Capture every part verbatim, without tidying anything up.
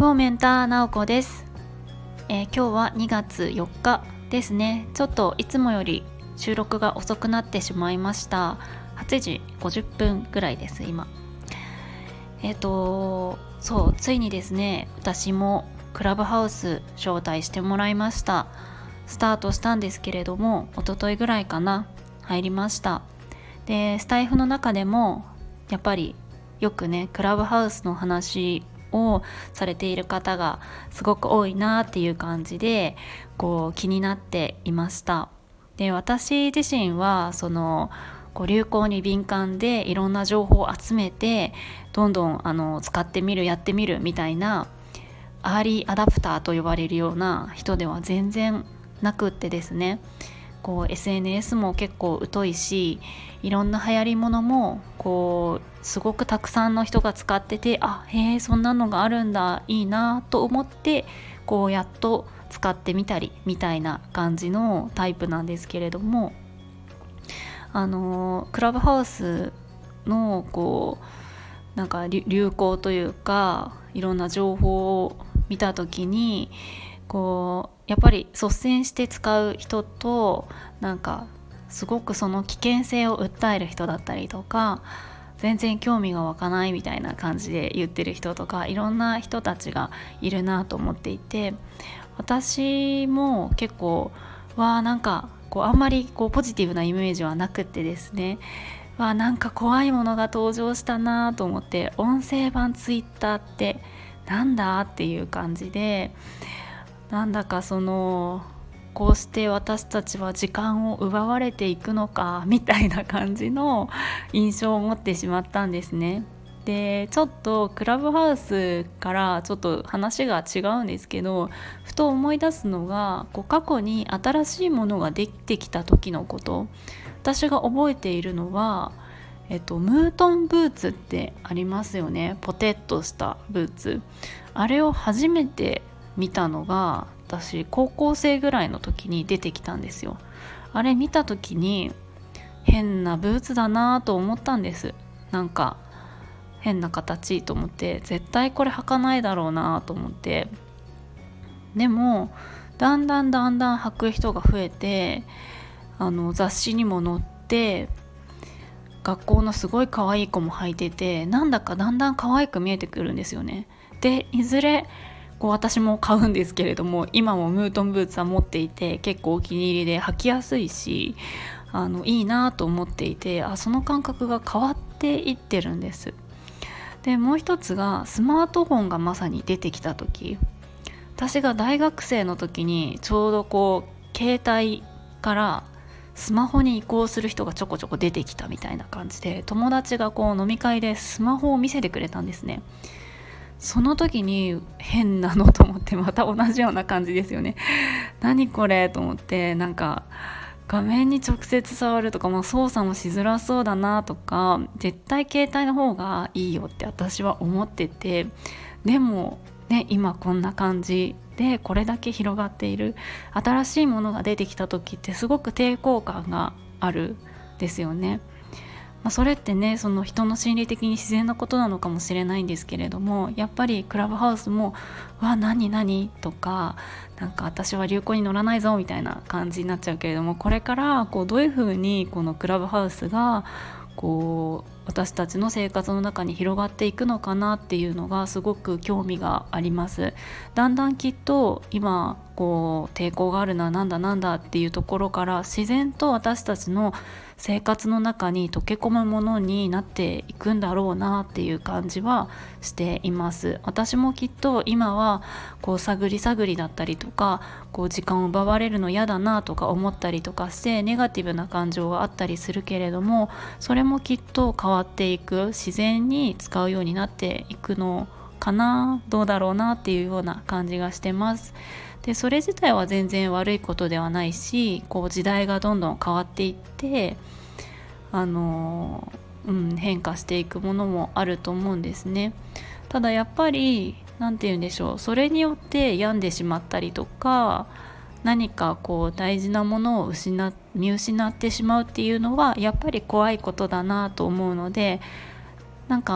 フォーメンターなおこです、えー、今日はにがつよっかですね。ちょっといつもより収録が遅くなってしまいました。はちじごじゅっぷんぐらいです今。えっ、ー、とそうついにですね、私もクラブハウス招待してもらいました。スタートしたんですけれども、一昨日ぐらいかな入りました。でスタイフの中でもやっぱりよくねクラブハウスの話をされている方がすごく多いなっていう感じでこう気になっていました。で私自身はそのこう流行に敏感でいろんな情報を集めてどんどんあの使ってみるやってみるみたいなアーリーアダプターと呼ばれるような人では全然なくってですね、こう エスエヌエス も結構疎いし、いろんな流行りものもこうすごくたくさんの人が使ってて、あへえそんなのがあるんだいいなと思ってこうやっと使ってみたりみたいな感じのタイプなんですけれども、あのクラブハウスのこうなんか流行というかいろんな情報を見た時にこうやっぱり率先して使う人と、なんかすごくその危険性を訴える人だったりとか、全然興味が湧かないみたいな感じで言ってる人とか、いろんな人たちがいるなと思っていて、私も結構わーなんかこうあんまりこうポジティブなイメージはなくってですね、わーなんか怖いものが登場したなと思って、音声版ツイッターってなんだっていう感じで、なんだかそのこうして私たちは時間を奪われていくのかみたいな感じの印象を持ってしまったんですね。でちょっとクラブハウスからちょっと話が違うんですけど、ふと思い出すのがこう過去に新しいものができてきた時のこと。私が覚えているのはえっと、ムートンブーツってありますよね。ポテッとしたブーツ。あれを初めて見たのが私高校生ぐらいの時に出てきたんですよ。あれ見た時に変なブーツだなと思ったんです。なんか変な形と思って、絶対これ履かないだろうなと思って。でもだんだんだんだん履く人が増えて、あの雑誌にも載って学校のすごい可愛い子も履いてて、なんだかだんだん可愛く見えてくるんですよね。でいずれこう私も買うんですけれども、今もムートンブーツは持っていて結構お気に入りで履きやすいし、あのいいなと思っていて、あその感覚が変わっていってるんです。でもう一つがスマートフォンがまさに出てきた時、私が大学生の時にちょうどこう携帯からスマホに移行する人がちょこちょこ出てきたみたいな感じで、友達がこう飲み会でスマホを見せてくれたんですね。その時に変なのと思って、また同じような感じですよね。何これと思って、なんか画面に直接触るとか、まあ、操作もしづらそうだなとか、絶対携帯の方がいいよって私は思ってて、でもね今こんな感じでこれだけ広がっている。新しいものが出てきた時ってすごく抵抗感があるですよね。まあ、それってねその人の心理的に自然なことなのかもしれないんですけれども、やっぱりクラブハウスもわ何何とか、なんか私は流行に乗らないぞみたいな感じになっちゃうけれども、これからこうどういうふうにこのクラブハウスがこう私たちの生活の中に広がっていくのかなっていうのがすごく興味があります。だんだんきっと今こう抵抗があるな、なんだなんだっていうところから自然と私たちの生活の中に溶け込むものになっていくんだろうなっていう感じはしています。私もきっと今はこう探り探りだったりとか、こう時間を奪われるの嫌だなとか思ったりとかしてネガティブな感情はあったりするけれども、それもきっと変わっていく、自然に使うようになっていくのかな、どうだろうなっていうような感じがしてます。でそれ自体は全然悪いことではないし、こう時代がどんどん変わっていってあの、うん、変化していくものもあると思うんですね。ただやっぱりなんて言うんでしょう、それによって病んでしまったりとか、何かこう大事なものを失見失ってしまうっていうのはやっぱり怖いことだなと思うので、なんか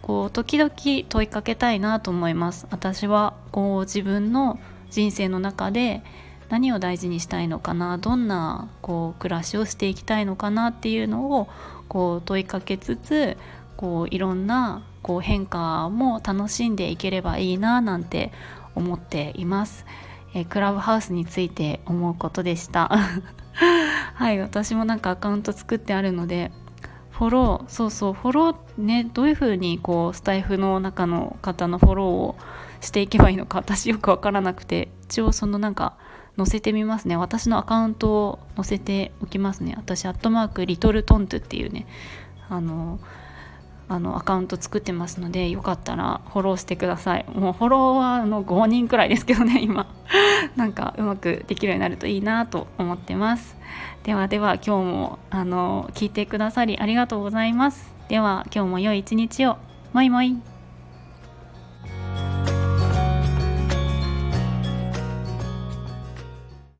こう時々問いかけたいなと思います。私はこう自分の人生の中で何を大事にしたいのかな、どんなこう暮らしをしていきたいのかなっていうのをこう問いかけつつ、こういろんなこう変化も楽しんでいければいいななんて思っています。えー、クラブハウスについて思うことでしたはい、私もなんかアカウント作ってあるので、フォロー、そうそう、フォローね、どういう風にこうスタイフの中の方のフォローをしていけばいいのか私よくわからなくて、一応そのなんか載せてみますね。私のアカウントを載せておきますね。私アットマークリトルトントゥっていうね、あのあのアカウント作ってますので、よかったらフォローしてください。もうフォロワーのごにんくらいですけどね今なんかうまくできるようになるといいなと思ってます。ではでは今日もあの聞いてくださりありがとうございます。では今日も良い一日を。もいもい。